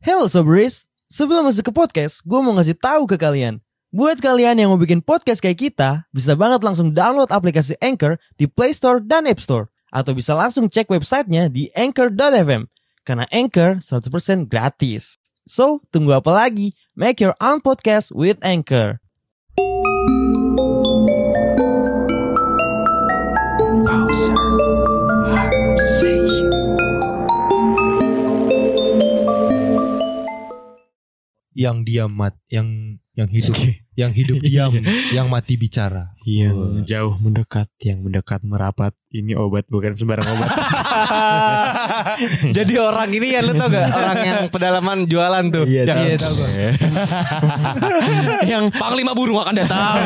Hello Sobris, sebelum masuk ke podcast, gue mau ngasih tahu ke kalian. Buat kalian yang mau bikin podcast kayak kita, bisa banget langsung download aplikasi Anchor di Play Store dan App Store. Atau bisa langsung cek websitenya di anchor.fm. Karena Anchor 100% gratis. So, tunggu apa lagi? Make your own podcast with Anchor. Yang diam yang hidup yang hidup diam, yang mati bicara. Yang jauh mendekat, yang mendekat merapat. Ini obat bukan sembarang obat. Jadi orang ini ya, lu tau gak? Orang yang pedalaman jualan tuh. Iya tahu gue. Yang panglima burung akan datang.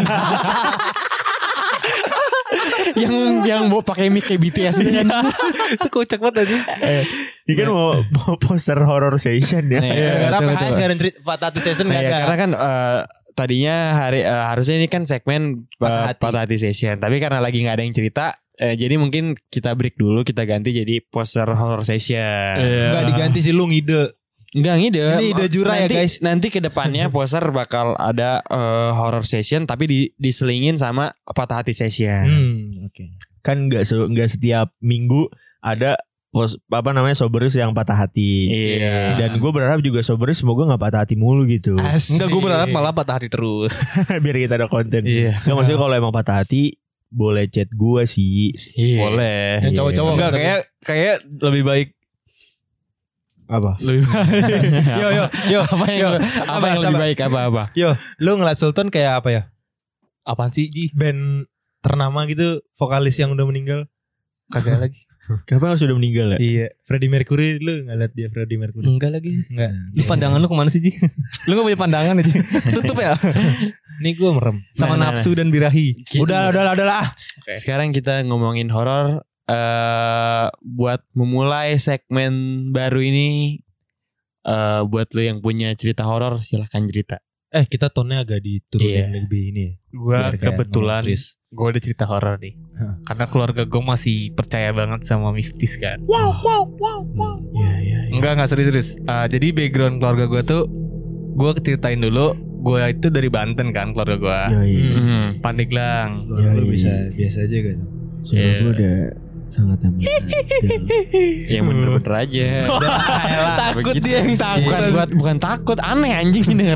yang mau pakai mic kayak BTS gitu kan. Kocak banget tadi. Ini kan mau poster horror session ya. Gara-gara PHS gak ada Patah Hati Session gak ada. Karena kan tadinya harusnya ini kan segmen Patah Hati Session. Tapi karena lagi gak ada yang cerita, jadi mungkin kita break dulu, kita ganti jadi poster horror session. Enggak diganti sih, lu ngide. Enggak ngide. Ini ide Jura ya guys. Nanti ke depannya poster bakal ada horror session tapi diselingin sama Patah Hati Session. Oke. Kan enggak setiap minggu ada Soberus yang patah hati. Iya. Dan gue berharap juga Soberus semoga gak patah hati mulu gitu. Enggak, gue berharap malah patah hati terus. Biar kita ada konten. Iya. Nggak, maksudnya kalau emang patah hati boleh chat gue sih. Iya. Boleh. Yang cowok-cowok Enggak, kayak lebih baik. Apa? Lebih baik. Yo. Apa yang lebih baik apa? Yo, lu ngeliat Sultan kayak apa ya? Apaan sih, Ji? Band ternama gitu, vokalis yang udah meninggal. Kagak lagi. Kenapa sudah meninggal ya? Iya. Freddie Mercury, lu gak liat dia Freddie Mercury? Enggak lagi. Enggak. Lu pandangan lu kemana sih, Ji? Lu gak punya pandangan aja. Tutup ya. Nih gue merem. Sama nafsu dan birahi. Udahlah. Okay. Sekarang kita ngomongin horor. Buat memulai segmen baru ini, buat lu yang punya cerita horor silahkan cerita. Kita tone-nya agak diturunin lebih ini ya. Gue Biar kayak kebetulan ngomong serius. gue ada cerita horor nih. Karena keluarga gue masih percaya banget sama mistis kan. Iya. Enggak serius. Jadi background keluarga gue tuh, gue ceritain dulu. Gue itu dari Banten kan keluarga gue. Pandeglang. Lu bisa biasa aja kan. Suara gue udah sangat amat. Yang bener-bener aja. Takut dia yang takut. Bukan takut, aneh anjing denger.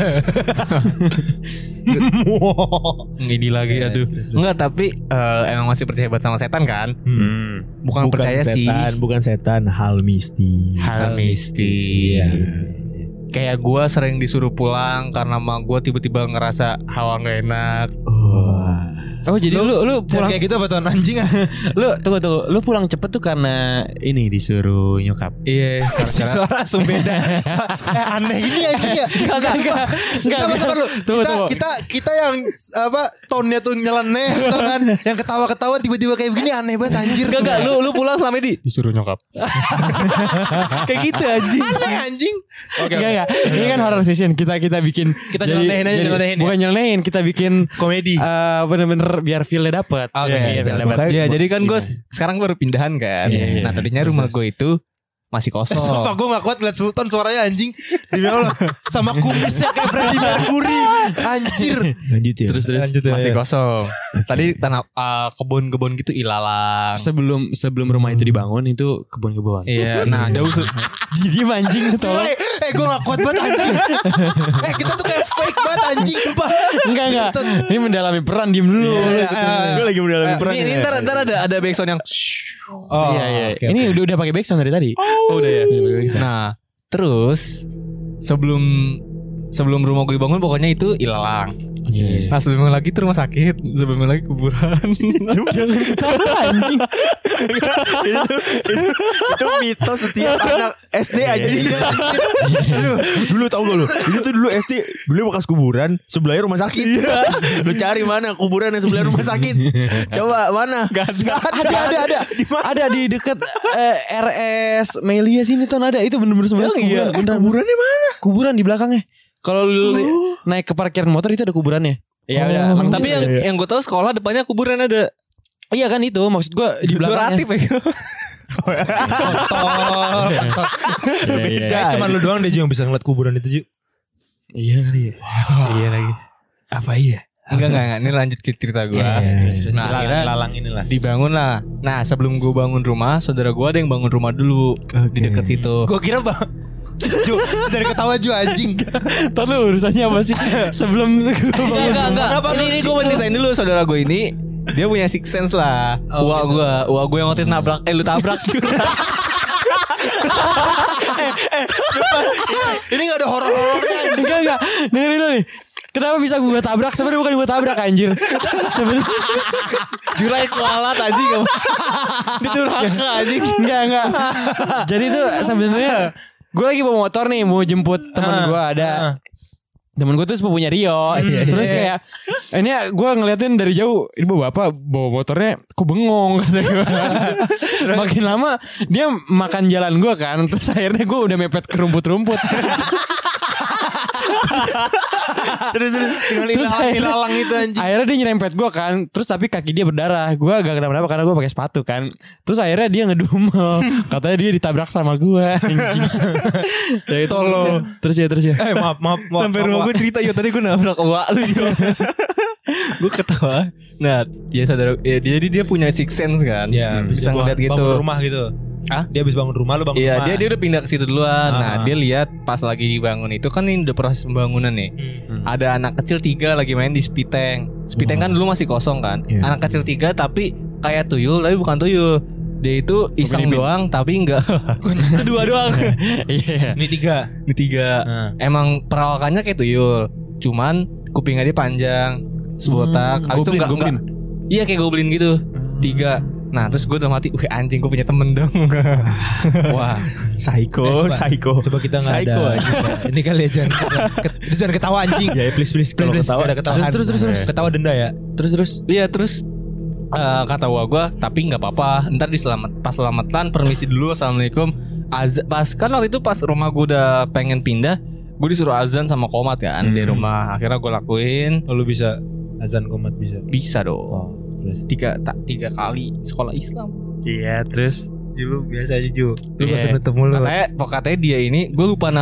Ini lagi aduh. Enggak, tapi emang masih percaya banget sama setan kan? Bukan percaya setan, sih. bukan setan, hal mistis. Hal mistis. Kayak gue sering disuruh pulang karena mak gue tiba-tiba ngerasa hawa gak enak. Oh jadi lu pulang kayak gitu apa tuh anjing? Lu tunggu lu pulang cepet tuh karena ini disuruh nyokap. Iya. Suara langsung beda. Aneh ini anjing ya. Enggak. Tunggu. Kita yang apa tone-nya tuh nyeleneh tuh kan, yang ketawa-ketawa tiba-tiba kayak begini aneh banget anjir. Enggak, lu pulang selama ini disuruh nyokap. Kayak gitu anjing. Aneh anjing. Enggak. Ini kan horror session, kita bikin Kita nyelenehin aja, nyelenehin ya. Bukan nyelenehin, kita bikin Komedi. Bener-bener biar feel-nya dapet. Iya, Iya, jadi kan gue sekarang baru pindahan kan. Iya. Nah tadinya rumah gue itu masih kosong. Sumpah gue gak kuat liat Sultan suaranya anjing. Demi Allah. Sama kumisnya kayak Freddie Mercury. Anjir. Lanjut ya. Terus Lanjut ya. masih kosong. Tadi tanah kebun-kebun gitu ilalang. Sebelum rumah itu dibangun itu kebun-kebun. Iya. Nah jauh. Jadi anjing tolong. Gue gak kuat banget anjing. Kita tuh kayak fake banget anjing. Sumpah. Enggak. Ini mendalami peran, diem dulu. Gue lagi mendalami peran. Ini ntar ada backsound yang. Iya. Okay. Ini udah pakai backsound dari tadi. Oh udah ya. Nah terus sebelum rumah gue dibangun pokoknya itu ilalang. Nah sebelumnya lagi itu rumah sakit, sebelumnya lagi kuburan. Jangan ketawa anjing. Itu mitos setiap anak SD aja. Dulu tau gak lu? Ini tuh dulu SD beli bekas kuburan, sebelahnya rumah sakit. Lu cari mana kuburan yang sebelah rumah sakit? Coba mana? Gak Ada. Ada di dekat RS Melia sini tuh ada. Itu bener-bener sebelah kuburan. Kuburannya mana? Kuburan di belakangnya. Kalau lu naik ke parkiran motor itu ada kuburannya. Ya udah. Tapi yang gue tahu sekolah depannya kuburan ada. Iya kan itu maksud gue di belakangnya. Dekoratif ya. Beda. Cuma lu doang deh Ju yang bisa ngeliat kuburan itu Ju. Iya kali ya. Iya lagi. Apa iya? Enggak. Ini lanjut ke cerita gue. Nah, akhirnya lalang inilah. dibangun lah. Nah, sebelum gue bangun rumah, saudara gue ada yang bangun rumah dulu di dekat situ. Gue kira bang Ju, dari ketawa Ju anjing. Ntar lu urusannya apa sih? Sebelum Enggak. Ini gue mau ceritain dulu saudara gue ini. Dia punya six sense lah. Wah gue yang waktu itu nabrak. Lu tabrak. Ini gak ada horor-horornya. Enggak. Dengerin lu nih. Kenapa bisa gue tabrak? Sebenarnya bukan gue tabrak anjir. Sebenarnya Jurai kualat anjing. Dia durhaka anjing. enggak. Jadi tuh sebenarnya gue lagi bawa motor nih, mau jemput teman gue ada. Temen gue tuh sepupunya Rio. Terus kayak ini gue ngeliatin dari jauh, ini bapak bawa motornya kok bengong kata gue. Makin lama dia makan jalan gue kan. Terus akhirnya gue udah mepet ke rumput-rumput. terus Ilalang itu anjing. akhirnya dia nyerempet gue kan. Terus tapi kaki dia berdarah. Gue gak kenapa-napa karena gue pakai sepatu kan. Terus akhirnya dia ngedumel. Katanya dia ditabrak sama gue anjing. Ya itu tolong. Terus ya Maaf. Sampai rumah gue cerita, yo tadi gue nabrak wak lu yo. Gue ketawa. Nah, ya saudara, ya dia punya six sense kan. Ya, bisa ngeliat gitu. Bangun rumah gitu. Hah? Dia habis bangun rumah, lu bangun Iya, rumah. dia udah pindah ke situ duluan. Nah, dia lihat pas lagi dibangun itu kan ini udah proses pembangunan nih. Ada anak kecil 3 lagi main di spiteng. Spiteng kan dulu masih kosong kan. Anak kecil 3 tapi kayak tuyul tapi bukan tuyul. Dia itu iseng doang tapi enggak. Itu 2 doang. Iya. Ini 3. Ini 3. Emang perawakannya kayak tuyul. Cuman kupingnya dia panjang, sebotak. Abis itu enggak. Iya kayak goblin gitu. 3. Nah terus gue udah mati. Wih anjing, gue punya temen dong. Wah, psycho. Coba kita nggak ada. Ini kali ya jangan ketawa anjing. Ya please kalau ketawa ada ketawa. Terus. Ketawa denda ya. Terus. Iya terus kata gue tapi nggak apa-apa. Ntar pas selamatan permisi dulu, assalamualaikum. Pas kan waktu itu pas rumah gue udah pengen pindah, gue disuruh azan sama komat kan di rumah. Akhirnya gue lakuin. Lu bisa azan komat bisa. Bisa dong. Terus 3 kali sekolah Islam. iya terus Ju biasa aja Ju. Lu Iya. gak usah nutup mulu. Katanya dia ini, gue lupa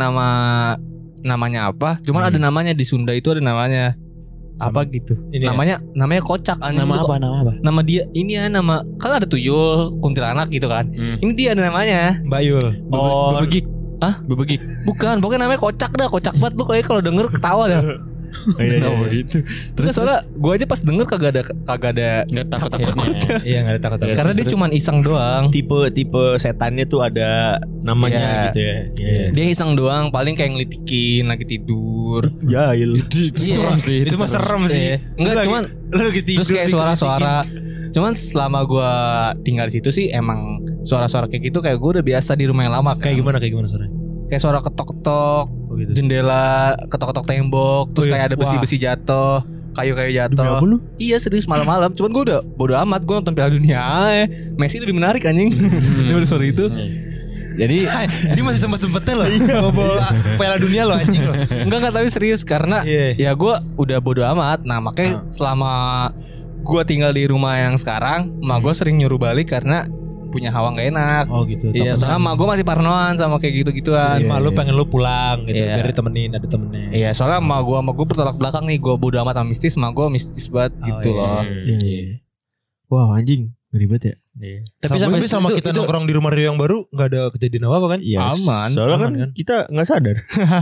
namanya apa. Cuman ada namanya di Sunda itu ada namanya apa gitu. Ini namanya kocak. Nama apa? Nama dia ini ya nama kan ada tuyul, kuntilanak gitu kan. Ini dia ada namanya. Bayul. Bebegik. Hah? Bebegik. Bukan, pokoknya namanya kocak dah, kocak banget lu kayak kalau denger ketawa dah. Kenapa gitu? Terus soalnya gue aja pas denger kagak ada Nggak takut-takutnya. Iya gak ada takut. karena dia cuman iseng doang. Tipe setannya tuh ada namanya Iya. gitu ya. Iya. Dia iseng doang, paling kayak ngelitikin lagi tidur. Jahil. Itu serem sih. Itu mah serem sih. Enggak, cuman Lu lagi tidur. terus kayak suara-suara. Cuman selama gue tinggal di situ sih emang suara-suara kayak gitu kayak gue udah biasa di rumah yang lama kan. Kayak gimana suaranya? Kayak suara ketok-ketok gitu. jendela, ketok-ketok tembok, terus kayak ada besi-besi jatuh, kayu-kayu jatuh. Demi apa lu? Iya serius malam-malam. Cuman gue udah bodo amat, gue nonton Piala Dunia. Messi lebih menarik anjing. Daripada suara itu. Jadi Jadi masih sempet-sempetnya loh bawa Piala Dunia loh anjing loh. enggak tapi serius karena ya gue udah bodo amat. Nah makanya selama gue tinggal di rumah yang sekarang, emak gue sering nyuruh balik karena punya hawa gak enak. Oh gitu. Iya soalnya emak gue masih parnoan sama kayak gitu-gituan. Emak lu pengen lu pulang gitu. Iya. Biar ditemenin, ada temennya. Iya soalnya emak gue bertolak belakang nih. Gue bodo amat sama mistis, emak gue mistis banget gitu loh. Iya. Wah anjing, ribet ya. Tapi Tapi sama itu- kita itu- nongkrong di rumah Rio yang baru nggak ada kejadian apa kan? Iya. Aman. Soalnya Aman, kan kan? kita nggak sadar.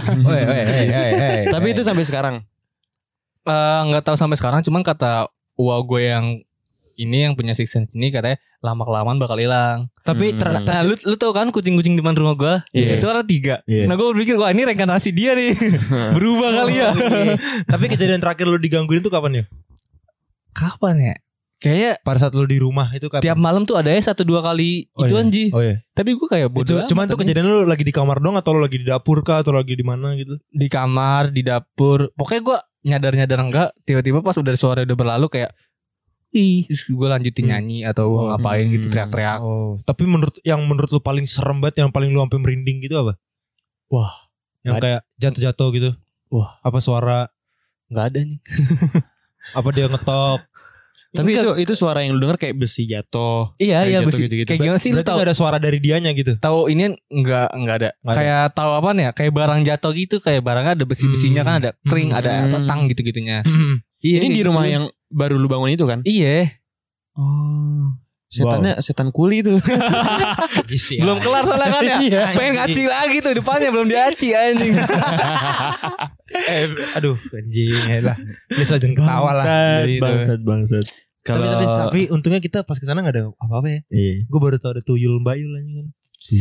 Tapi itu sampai sekarang. Nggak tahu sampai sekarang. Cuman kata uang gue yang ini yang punya six sense ini katanya lama-kelamaan bakal hilang. Tapi Nah, lu tau kan kucing-kucing depan rumah gue? Iya. Itu ada 3. Iya. Nah gue berpikir wah ini reinkarnasi dia nih. Berubah kali ya. Tapi kejadian terakhir lu digangguin tuh kapan ya? Kapan ya? Kayaknya Pada saat lu di rumah itu kapan? tiap malam tuh ada ya 1-2 kali Oh, itu iya. Anji. Oh iya. Tapi gue kayak bodoh. Cuman tuh kejadian lu lagi di kamar dong atau lu lagi di dapur kah atau lagi di mana gitu? di kamar, di dapur. Pokoknya gue nyadar enggak. Tiba-tiba pas udah suara udah berlalu kayak terus gue lanjutin nyanyi atau gue ngapain gitu teriak-teriak. Oh, tapi menurut lu paling serem banget, yang paling lu sampai merinding gitu apa? Wah, yang kayak jatuh-jatuh gitu. Wah. Apa suara? Nggak ada nih. Apa dia ngetok? Tapi itu suara yang lu denger kayak besi jatuh. Iya, kayak iya jatuh besi. gitu-gitu. Kayak gimana sih lu Berarti tahu? gak ada suara dari dianya gitu. Tahu ini enggak ada. Nggak ada. Kayak tahu apa nih ya? Kayak barang jatuh gitu, kayak barangnya ada besi-besinya kan, ada kering, ada apa tang gitu-gitunya. Iya, Ini di kayak rumah gitu. yang baru lu bangun itu kan? Iya. Oh. Setan kuli tuh. Belum kelar soalnya kan ya. Iya. Pengen ngaci lagi tuh depannya belum diaci anjing. Aduh anjing lah. Bisa jangan ketawa lah. Bangsat. Tapi untungnya kita pas kesana gak ada apa-apa ya. Iya. Gue baru tau ada tuyul bayul anjing.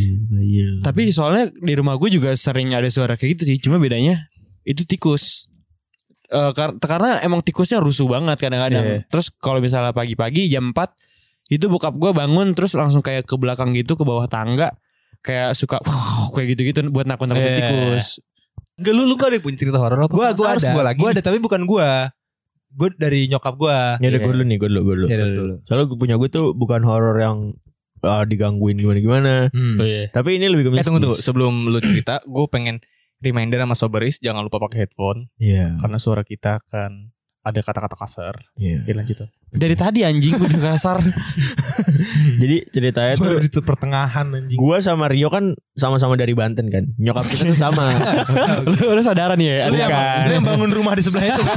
Tapi soalnya di rumah gue juga sering ada suara kayak gitu sih. Cuma bedanya itu tikus. Karena emang tikusnya rusuh banget kadang-kadang. Terus kalau misalnya pagi-pagi jam 4 itu bokap gue bangun terus langsung kayak ke belakang gitu, ke bawah tangga, kayak suka kayak gitu-gitu buat nakut-nakutin tikus. Enggak, lu gak ada punya cerita horor apa? Gue ada tapi bukan gue dari nyokap gue. Ya udah gue dulu. Ya dulu. Soalnya gue punya gue tuh bukan horor yang digangguin gimana-gimana. Oh, iya. Tapi ini lebih ke mistis. Tunggu sebelum lu cerita, gue pengen reminder sama Soberis jangan lupa pakai headphone Iya. karena suara kita kan ada kata-kata kasar. Iya. Ya lanjut. Dari tadi anjing udah kasar. Jadi ceritanya Baru tuh di pertengahan anjing. gue sama Rio kan sama-sama dari Banten kan. Nyokap kita tuh sama. Lu sadaran ya? Lu yang bangun rumah di sebelah itu.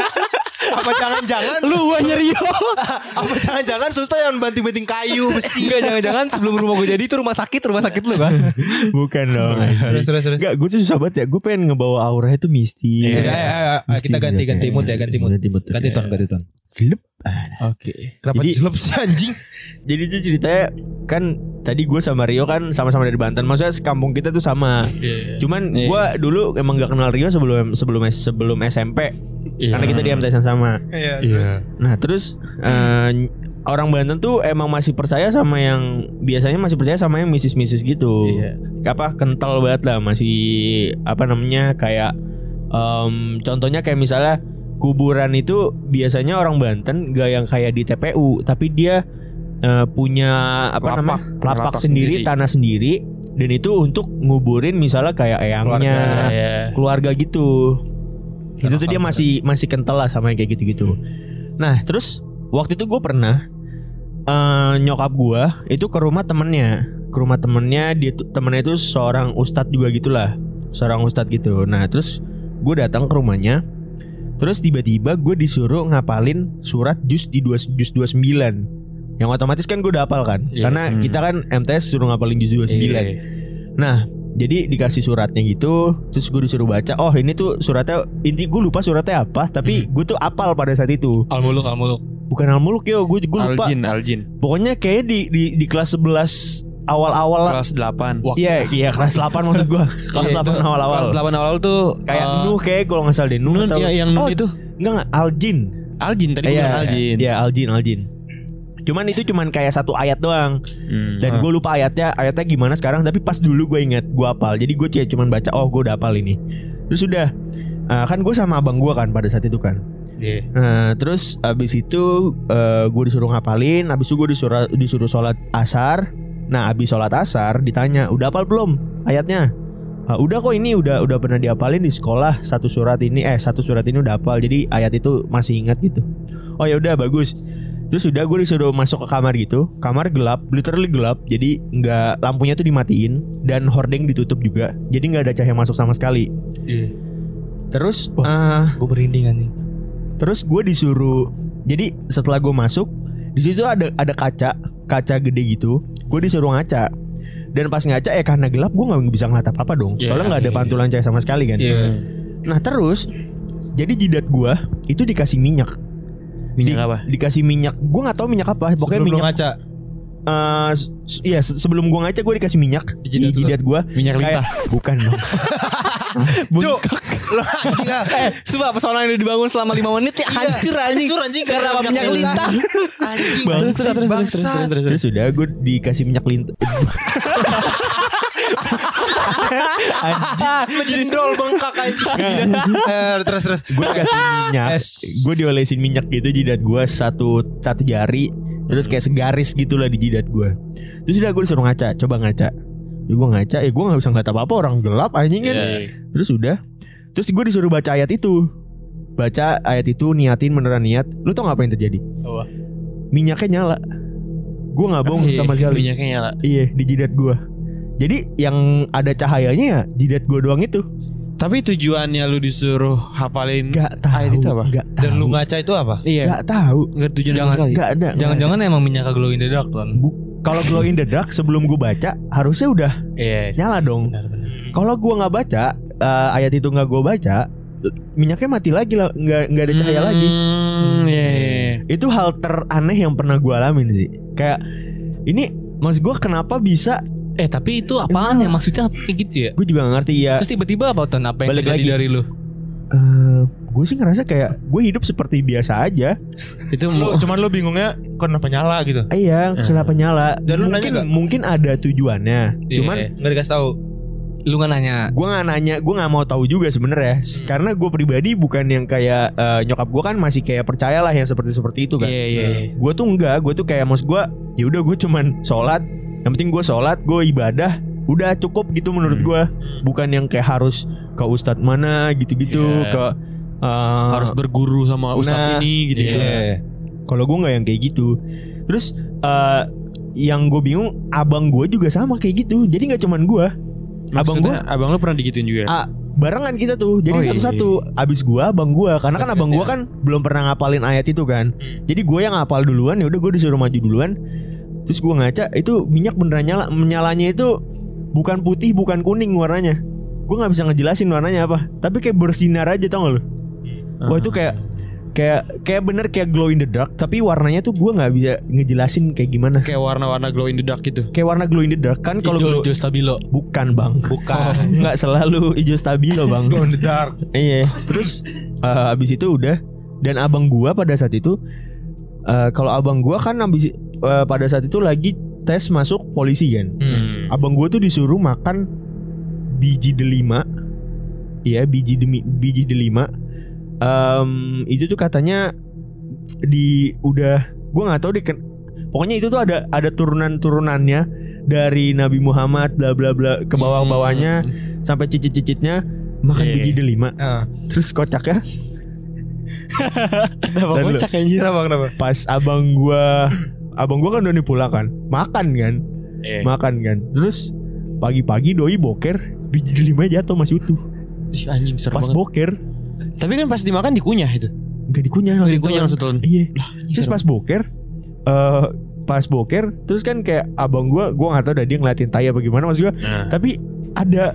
Apa jangan-jangan Lu guanya Rio. Apa jangan-jangan Sultan yang banting-banting kayu besi. Enggak, jangan-jangan sebelum rumah gue jadi itu rumah sakit lu kan. Bukan dong. Terus. Enggak, gue tuh susah banget ya. Gue pengen ngebawa aura itu mistis. Ya, kita ganti mood ya, ganti mood. Ganti ton. Gelap. Oke. Kenapa Jadi- jelek sih anjing? Jadi itu ceritanya kan tadi gue sama Rio kan sama-sama dari Banten. Maksudnya kampung kita tuh sama. Cuman gue dulu emang gak kenal Rio sebelum SMP. Karena kita di MTS yang sama. Iya. Nah terus orang Banten tuh emang masih percaya sama yang biasanya masih percaya sama yang misis-misis gitu. Iya. Apa kental banget lah, masih apa namanya kayak contohnya kayak misalnya kuburan itu biasanya orang Banten gak yang kayak di TPU, tapi dia punya apa namanya lapak sendiri, tanah sendiri, dan itu untuk nguburin misalnya kayak eyangnya, keluarga gitu. Itu tuh dia masih kental lah sama yang kayak gitu-gitu. Nah terus waktu itu gue pernah nyokap gue itu ke rumah temennya. Dia temennya itu seorang ustadz juga gitulah, seorang ustadz gitu. Nah terus gue datang ke rumahnya. Terus tiba-tiba gue disuruh ngapalin surat juz di juz 29. Yang otomatis kan gue udah hafal kan. Karena kita kan MTS suruh ngapalin juz 29. Nah jadi dikasih suratnya gitu. Terus gue disuruh baca. Oh ini tuh suratnya, inti gue lupa suratnya apa. Tapi gue tuh hafal pada saat itu. Al-Muluk. Bukan Al-Muluk yo, gue lupa. Aljin. Pokoknya kayak di kelas 11 awal-awal lah. Kelas 8. Iya kelas 8 maksud gue. Kelas 8 awal-awal. Kelas 8 awal tuh Kayak Nuh kayak kalau nggak salah deh Nuh. Nun, atau- yang Nun itu. Enggak Aljin. Aljin tadi bukan Aljin. Iya Aljin. Cuman itu cuman kayak satu ayat doang. Dan gue lupa ayatnya gimana sekarang. Tapi pas dulu gue inget, gue hafal. Jadi gue cuman baca, oh gue udah hafal ini. Terus udah kan gue sama abang gue kan pada saat itu kan. Terus abis itu gue disuruh ngapalin. Abis itu gue disuruh sholat asar. Nah abis sholat asar ditanya, udah hafal belum ayatnya? Udah kok, ini udah pernah dihafalin di sekolah, satu surat ini udah hafal. Jadi ayat itu masih ingat gitu. Oh ya udah bagus. Terus udah gue disuruh masuk ke kamar gitu. Kamar gelap, literally gelap. Jadi nggak, lampunya tuh dimatiin dan hordeng ditutup juga. Jadi nggak ada cahaya masuk sama sekali. Terus Gue merinding anjing. terus gue disuruh. Jadi setelah gue masuk, di situ ada kaca gede gitu. Gue disuruh ngaca. Dan pas ngaca karena gelap gue nggak bisa ngeliat apa dong. Soalnya nggak ada pantulan cahaya sama sekali kan. Nah terus jadi jidat gue itu dikasih minyak. Minyak apa? Dikasih minyak. Gue nggak tahu minyak apa. Pokoknya Sebelum minyak. lu ngaca. Iya sebelum gue ngaca gue dikasih minyak di jidat gue. Minyak lintah. Bukan dong. Cuk. Lu anjing ah. Coba pesona yang udah dibangun selama 5 menit ya hancur anjing. Karena apa minyak lintah. Anjing. Terus udah gue dikasih minyak lintah. Menjendol bengkak anjing. Terus. Gue dikasih minyak. Gue diolesin minyak gitu jidat gue satu jari. Terus kayak segaris gitulah di jidat gue. Terus udah gue disuruh ngaca. Coba ngaca. Gue ngaca. Gue gak bisa ngeliat apa-apa, orang gelap anjing kan. Terus udah. Terus gue disuruh baca ayat itu. Baca ayat itu, niatin beneran niat. Lu tau gak apa yang terjadi? minyaknya nyala. Gue nggak bohong sama sekali. Minyaknya nyala. Iya, di jidat gue. Jadi yang ada cahayanya ya jidat gue doang itu. Tapi tujuannya lu disuruh hafalin Gak tahu. ayat itu apa? Gak tahu. Dan lu ngaca itu apa? Iya. Gak tahu. Enggak tujuan sama Jangan- sekali. Gak ada. Jangan-jangan emang minyak glow in the dark kan? Kalau glow in the dark sebelum gue baca harusnya udah Iya. nyala dong. Benar-benar. Kalau gue nggak baca ayat itu nggak gue baca, minyaknya mati lagi lah, nggak ada cahaya lagi. Iya. Itu hal teraneh yang pernah gue alamin sih. Kayak ini, maksud gue kenapa bisa? Tapi itu apaan ya? Maksudnya kayak gitu ya? Gue juga nggak ngerti ya. Terus tiba-tiba apa Ton? Apa yang Balik terjadi lagi. dari lu? Gue sih ngerasa kayak gue hidup seperti biasa aja. Itu Cuman lu bingungnya kenapa nyala gitu. Iya, kenapa nyala? Dan lu nanya nggak? Mungkin ada tujuannya. Iya. Cuman Nggak dikasih tahu. Lu nggak nanya? gue nggak nanya, gue nggak mau tahu juga sebenarnya. Karena gue pribadi bukan yang kayak nyokap gue kan masih kayak percayalah yang seperti itu kan. Iya. Gue tuh enggak, gue tuh kayak maksud gue ya udah gue cuman sholat. Yang penting gue sholat, gue ibadah, udah cukup gitu menurut gue. Bukan yang kayak harus ke ustadz mana gitu-gitu, Iya. ke harus berguru sama ustadz ini gitu. Kalau gue nggak yang kayak gitu. Terus yang gue bingung, abang gue juga sama kayak gitu. Jadi nggak cuman gue. Abang lu pernah digituin juga? Barengan kita tuh. Jadi satu-satu. Abis gue, abang gue. Karena kan abang gue kan belum pernah ngapalin ayat itu kan. Jadi gue yang ngapal duluan. Ya udah gue disuruh maju duluan. Terus gue ngaca, itu minyak beneran nyala. Menyalanya itu bukan putih, bukan kuning warnanya. Gue nggak bisa ngejelasin warnanya apa. Tapi kayak bersinar aja, tau gak lu? Wah itu kayak bener kayak glow in the dark. Tapi warnanya tuh gue nggak bisa ngejelasin kayak gimana. Kayak warna-warna glow in the dark gitu. Kayak warna glow in the dark kan kalau Hijau stabilo. bukan bang, bukan, nggak selalu hijau stabilo bang. Glow in the dark. Iya. Terus abis itu udah. Dan abang gua pada saat itu kalau abang gua kan pada saat itu lagi tes masuk polisi kan. Abang gua tuh disuruh makan biji delima. Iya, biji delima. Itu tuh katanya gua nggak tahu pokoknya itu tuh ada turunan-turunannya dari Nabi Muhammad bla bla bla ke bawah-bawahnya sampai cicit-cicitnya makan biji delima. Terus kocak ya. Kenapa Dan kocak anjir? Kenapa? Pas abang gua kan udah pula kan. Makan kan. Terus pagi-pagi doi boker, biji delima jatuh masih utuh. Anjing serem Pas banget. boker. Tapi kan pas dimakan dikunyah itu. Enggak dikunyah langsung. Dikunyah langsung telan. Iya. Terus pas boker terus kan kayak abang gua enggak tahu dah dia ngeliatin tai apa gimana maksud gua. Tapi ada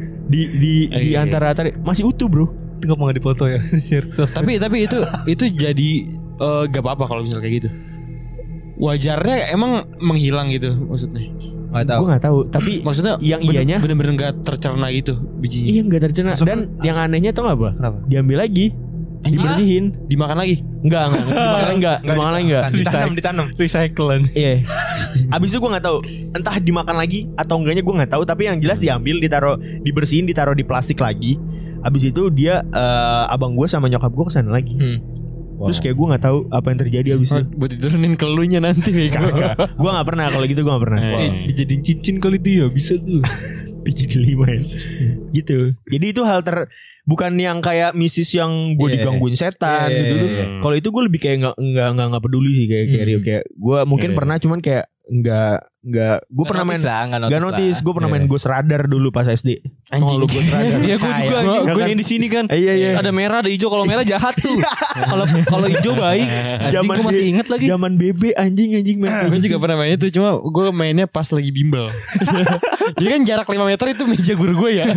di antara masih utuh, Bro. Itu gak mau dipoto ya. Tapi itu jadi gak apa-apa kalau misalnya kayak gitu. Wajarnya emang menghilang gitu maksudnya. Gue nggak tahu. Tapi Maksudnya yang iyanya bener-bener gak tercerna gitu bijinya. iya nggak tercerna. Dan yang anehnya tau nggak apa? Kenapa? Diambil lagi, dibersihin. Dimakan lagi. Enggak. Dimakan lagi enggak. Ditanam. Recycle. Iya. Abis itu gue nggak tahu. Entah dimakan lagi atau enggaknya gue nggak tahu. Tapi yang jelas diambil, dibersihin, ditaruh di plastik lagi. Abis itu dia abang gue sama nyokap gue kesana lagi. Terus kayak gue nggak tahu apa yang terjadi abis itu. Buat diturunin ke elunya nanti. Kagak. Gue nggak pernah kalau gitu, gue nggak pernah. Dijadiin cincin kali itu ya bisa tuh. Biji delima ya. Gitu. Jadi itu hal bukan yang kayak misis yang gue digangguin setan gitu. Kalau itu gue lebih kayak nggak peduli sih kayak Rio, kayak gue mungkin pernah cuman kayak nggak gue pernah main nggak notice. Gue pernah main Ghost Radar dulu pas SD. Anjing. Lu Ghost Radar. Iya gue juga. Gue yang di sini kan. Iya. Terus ada merah, ada hijau. Kalau merah jahat tuh. Kalau hijau baik. Anjing gue masih inget lagi. Zaman BB anjing main. Gue juga pernah main itu. Cuma gue mainnya pas lagi bimbel. Jadi kan jarak 5 meter itu meja guru gue ya.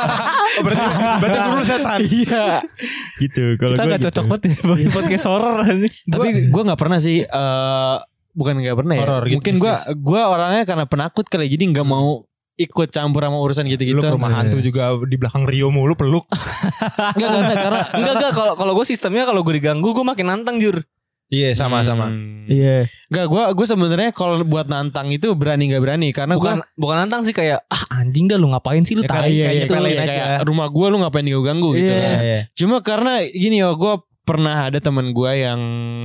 Berarti guru setan. Iya. Gitu. Kalau Kita gue gak cocok banget ya podcast horror. Tapi gue gak pernah sih. Bukan gak pernah ya. Horror gitu, Mungkin gue orangnya karena penakut kali. Jadi gak mau ikut campur sama urusan gitu-gitu. Lu ke rumah hantu juga di belakang Rio mulu peluk. Enggak. Kalau gue sistemnya kalau gue diganggu gue makin nantang jur. Iya sama-sama. Iya. Gak, gue sebenarnya kalau buat nantang itu berani gak berani. Karena Bukan nantang sih, kayak anjing dah lu ngapain sih lu Ya, tai kayak gitu. nyepelin aja. kayak rumah gue lu ngapain diganggu gitu. Iya. Cuma karena gini ya, gue pernah ada teman gue yang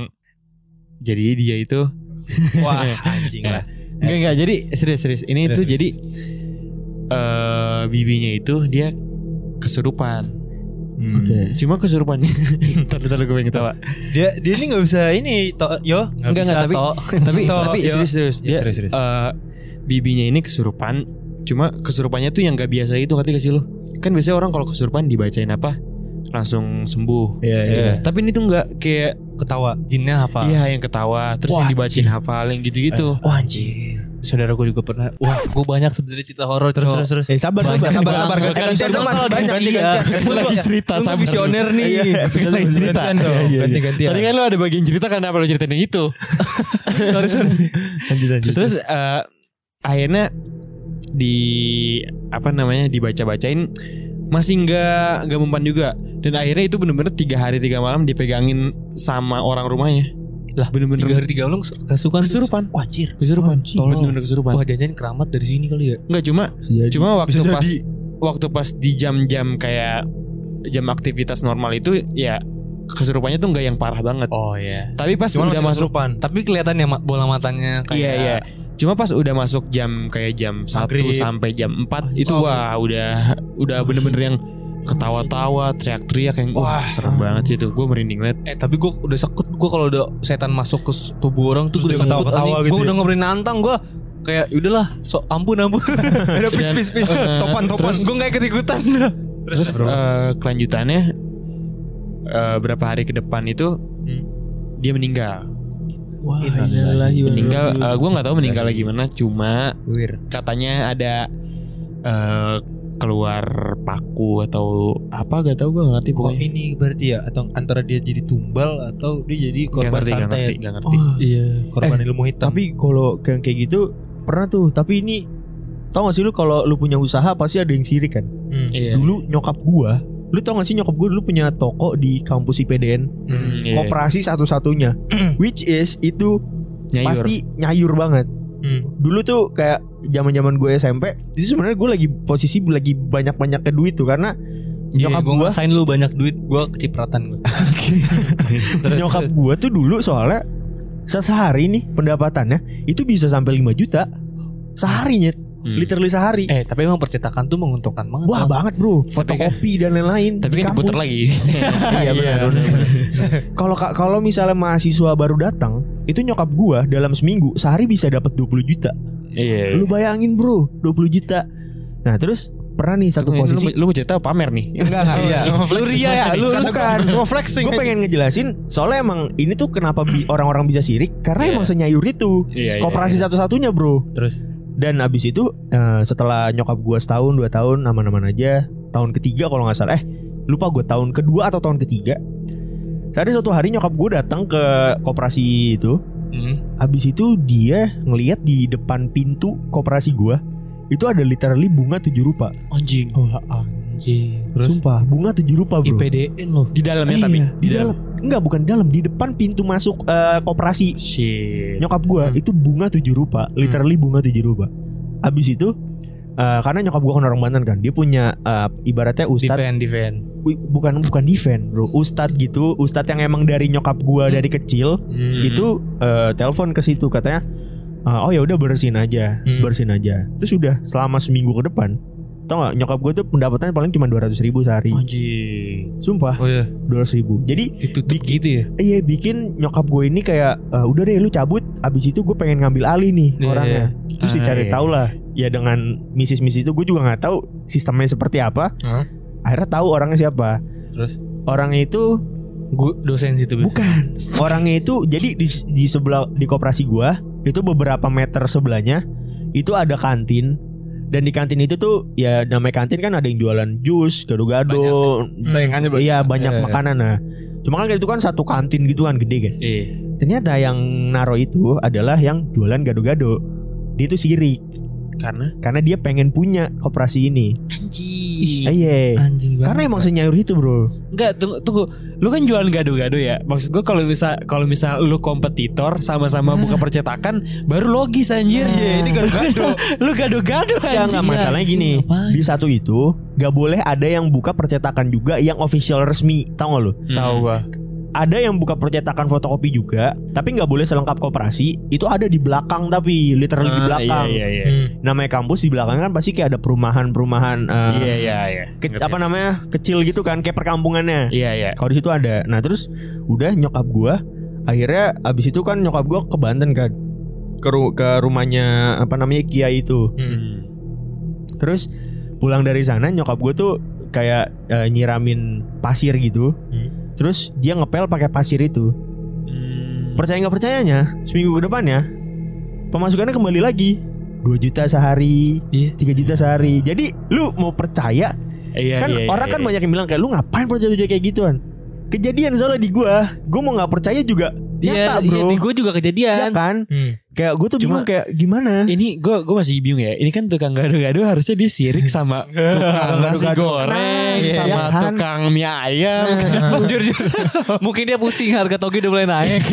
jadi dia itu Wah anjing lah. enggak jadi serius ini Serius. tuh jadi bibinya itu dia kesurupan. Oke. Cuma kesurupannya. Tadi gue pengen ketawa. Dia ini nggak bisa ini yo. Enggak tapi serius. Dia Serius. bibinya ini kesurupan. Cuma kesurupannya tuh yang gak biasa itu, ngerti gak sih lu? Kan biasanya orang kalau kesurupan dibacain apa langsung sembuh. Iya. Tapi ini tuh nggak kayak Ketawa. Jinnya hafal. iya yang ketawa terus yang dibacain hafal yang gitu-gitu. Wah anjir. Saudara gue juga pernah. Wah, gue banyak sebenarnya cerita horor. Terus. Sabar. Lagi cerita Lu sabar. visioner nih. Lagi cerita. Ganti-gantian. Tadi kan lu ada bagian cerita kan apa lu ceritain yang itu. Lanjut. Terus akhirnya dibaca-bacain masih nggak mempan juga, dan akhirnya itu bener-bener 3 hari 3 malam dipegangin sama orang rumahnya. Lah, bener-bener 3 hari 3 malam kesurupan. Wah anjir. Kesurupan. Bener-bener kesurupan. Wah, jangan keramat dari sini kali ya. Enggak, cuma waktu pas di jam-jam kayak jam aktivitas normal itu ya kesurupannya tuh nggak yang parah banget. Oh iya. Tapi pas Cuma udah masuk Tapi kelihatan ya bola matanya kayak iya. Cuma pas udah masuk jam kayak jam 1 Maghrib. sampai jam 4 itu wah udah bener-bener yang ketawa-tawa, teriak-teriak yang wah serem banget sih itu. Gue merinding banget. Tapi gue udah sekut. Gue kalau udah setan masuk ke tubuh orang tuh Terus udah dia sekut. ketawa-ketawa gitu Gue ya? udah nggak berani nantang. Gue kayak udahlah, ampun. Ada pis. Topan. Gue nggak ikut-ikutan. Terus kelanjutannya berapa hari ke depan itu dia meninggal. Wah, Meninggal, gue nggak tahu meninggal gimana. Cuma katanya ada keluar paku atau apa, gak tahu, gue nggak ngerti Kok pokoknya. ini berarti ya, atau antara dia jadi tumbal atau dia jadi korban santet, Gak ngerti. Iya. korban ilmu hitam. Tapi kalau kayak gitu pernah tuh. Tapi ini tau gak sih lu kalau lu punya usaha pasti ada yang sirik kan. Iya. Dulu nyokap gua, lu tau gak sih nyokap gua dulu punya toko di kampus IPDN, Iya. koperasi satu-satunya, which is itu Nyayur. pasti nyayur banget. Dulu tuh kayak zaman-zaman gue SMP, itu sebenarnya gue lagi posisi lagi banyak-banyaknya duit tuh karena nyokap gue gue ngerasain lu banyak duit. Gue kecipratan gue. nyokap gue tuh dulu soalnya sehari nih pendapatannya itu bisa sampai 5 juta seharinya, literally sehari. Tapi emang percetakan tuh menguntungkan banget. Wah banget bro, fotokopi dan lain-lain. Tapi di kan kampus. diputer lagi. Iya benar. Kalau misalnya mahasiswa baru datang, itu nyokap gua dalam seminggu sehari bisa dapat 20 juta. Iya. Lu bayangin bro, 20 juta. Nah terus pernah nih satu posisi. Lu mau cerita pamer nih? Enggak. Iya. Lu ria ya, lu Bukan, mau flexing. gue pengen ngejelasin soalnya emang ini tuh kenapa orang-orang bisa sirik karena emang senyayur itu. Iya, Koperasi satu-satunya bro. Terus Dan abis itu setelah nyokap gue setahun 2 tahun aman-aman aja. Tahun ketiga kalau nggak salah, lupa gue tahun kedua atau tahun ketiga. Ada suatu hari nyokap gue datang ke koperasi itu. Abis itu dia ngelihat di depan pintu koperasi gue itu ada literally bunga 7 rupa. Anjing. anjing. Sumpah bunga 7 rupa bro. IPDN loh. Di dalamnya Iya, tapi di dalam. Enggak, bukan di dalam, di depan pintu masuk koperasi. Shit. Nyokap gue itu bunga 7 rupa, literally bunga 7 rupa. Abis itu karena nyokap gue kan orang Banten kan, dia punya ibaratnya ustad, Defend. bukan defend bro, ustad gitu, ustad yang emang dari nyokap gue dari kecil itu telepon ke situ katanya, oh ya udah bersihin aja. Terus udah selama seminggu ke depan, tau gak nyokap gue tuh pendapatannya paling cuma 200.000 sehari. Anjing. Sumpah, Oh iya. 200.000. Jadi Ditutup gitu ya. iya bikin nyokap gue ini kayak udah deh lu cabut, abis itu gue pengen ngambil alih nih Iya, orangnya. Terus dicari iya. tahu lah, ya dengan misis itu gue juga nggak tahu sistemnya seperti apa. Akhirnya tahu orangnya siapa. Terus Orangnya itu Gue dosen situ biasa. bukan. Orangnya itu jadi di sebelah di koperasi gue itu beberapa meter sebelahnya itu ada kantin. Dan di kantin itu tuh ya namanya kantin kan ada yang jualan jus, gado-gado, Saingannya banyak. iya banyak makanan. Nah, cuma kan itu kan satu kantin gitu kan gede kan. Iya. Ternyata yang naro itu adalah yang jualan gado-gado. Dia tuh sirik karena dia pengen punya koperasi ini. Anjing. Iya. Anjing banget. Karena emang senyayur itu, bro. Enggak, tunggu. Lu kan jualan gado-gado ya. Maksud gue kalau misal lu kompetitor sama-sama buka percetakan baru logis anjir. Iya, ini gado-gado. Lu gado-gado Ya anjing. nggak masalahnya gini. ngapain? Di satu itu nggak boleh ada yang buka percetakan juga yang official resmi. Tahu nggak lu? Tahu gua. ada yang buka percetakan fotokopi juga, tapi nggak boleh selengkap koperasi. Itu ada di belakang, tapi literally di belakang. Iya. Namanya kampus, di belakang kan pasti kayak ada perumahan. Iya. Apa namanya, kecil gitu kan, kayak perkampungannya. Iya. Kalau di situ ada. Nah terus udah nyokap gue, akhirnya abis itu kan nyokap gue ke Banten kan, ke rumahnya apa namanya Kiai itu. Terus pulang dari sana nyokap gue tuh kayak nyiramin pasir gitu. Terus dia ngepel pakai pasir itu. Percaya nggak percayanya, seminggu ke depannya pemasukannya kembali lagi 2 juta sehari, 3 juta sehari. Jadi lu mau percaya? Kan orang kan banyak yang bilang kayak lu ngapain percaya kayak gituan. Kejadian soalnya di gue mau nggak percaya juga nyata bro. Iya, di gue juga kejadian. Ya kan? Kayak gue tuh bingung kayak gimana. Ini gue masih bingung ya. Ini kan tukang gado-gado harusnya dia sirik sama tukang nasi goreng, sama tukang mie ayam. Jujur. Mungkin dia pusing harga toge udah mulai naik.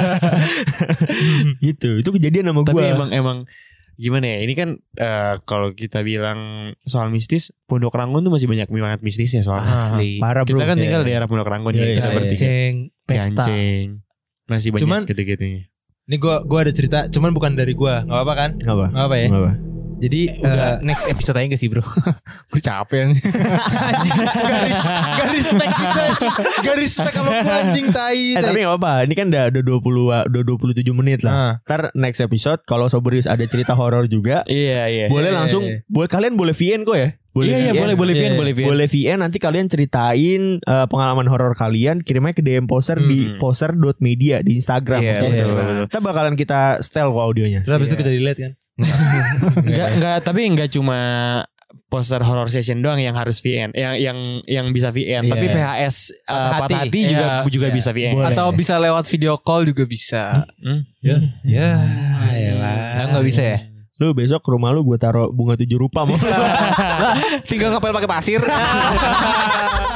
Gitu. Itu kejadian sama gue. Tapi emang gimana ya? Ini kan kalau kita bilang soal mistis, Pondok Ranggon tuh masih banyak banget mistisnya soalnya. Asli. Parah bro. Kita kan tinggal di daerah Pondok Ranggon ya. Kita bertiga. Pesta. Ganceng. Masih banyak Cuman gitu-gitunya. Ini gue ada cerita, cuman bukan dari gue. Gak apa-apa kan? Gak apa ya? Gak apa. Jadi Udah next episode aja gak sih bro? Gue capek nih. Gak respect juga. Gak respect sama gue anjing tai. Tapi gak apa-apa. Ini kan udah 27 menit lah. Ntar next episode kalau Soberius ada cerita horor juga, Iya. boleh langsung. Kalian boleh VN kok ya. Boleh VN. Boleh VN, nanti kalian ceritain pengalaman horor kalian, kirimnya ke DM Poser di poser.media di Instagram. Iya, betul. Kita bakalan kita setel kok audionya. Terus habis itu kita delete kan? Tapi enggak cuma poster horror session doang yang harus VN, yang bisa VN, tapi PHS patah hati juga bisa VN. Boleh. Atau bisa lewat video call juga bisa. Ya. Enggak bisa ya? Lu besok ke rumah lu gue taruh bunga 7 rupa mau. Tinggal ngepel pakai pasir.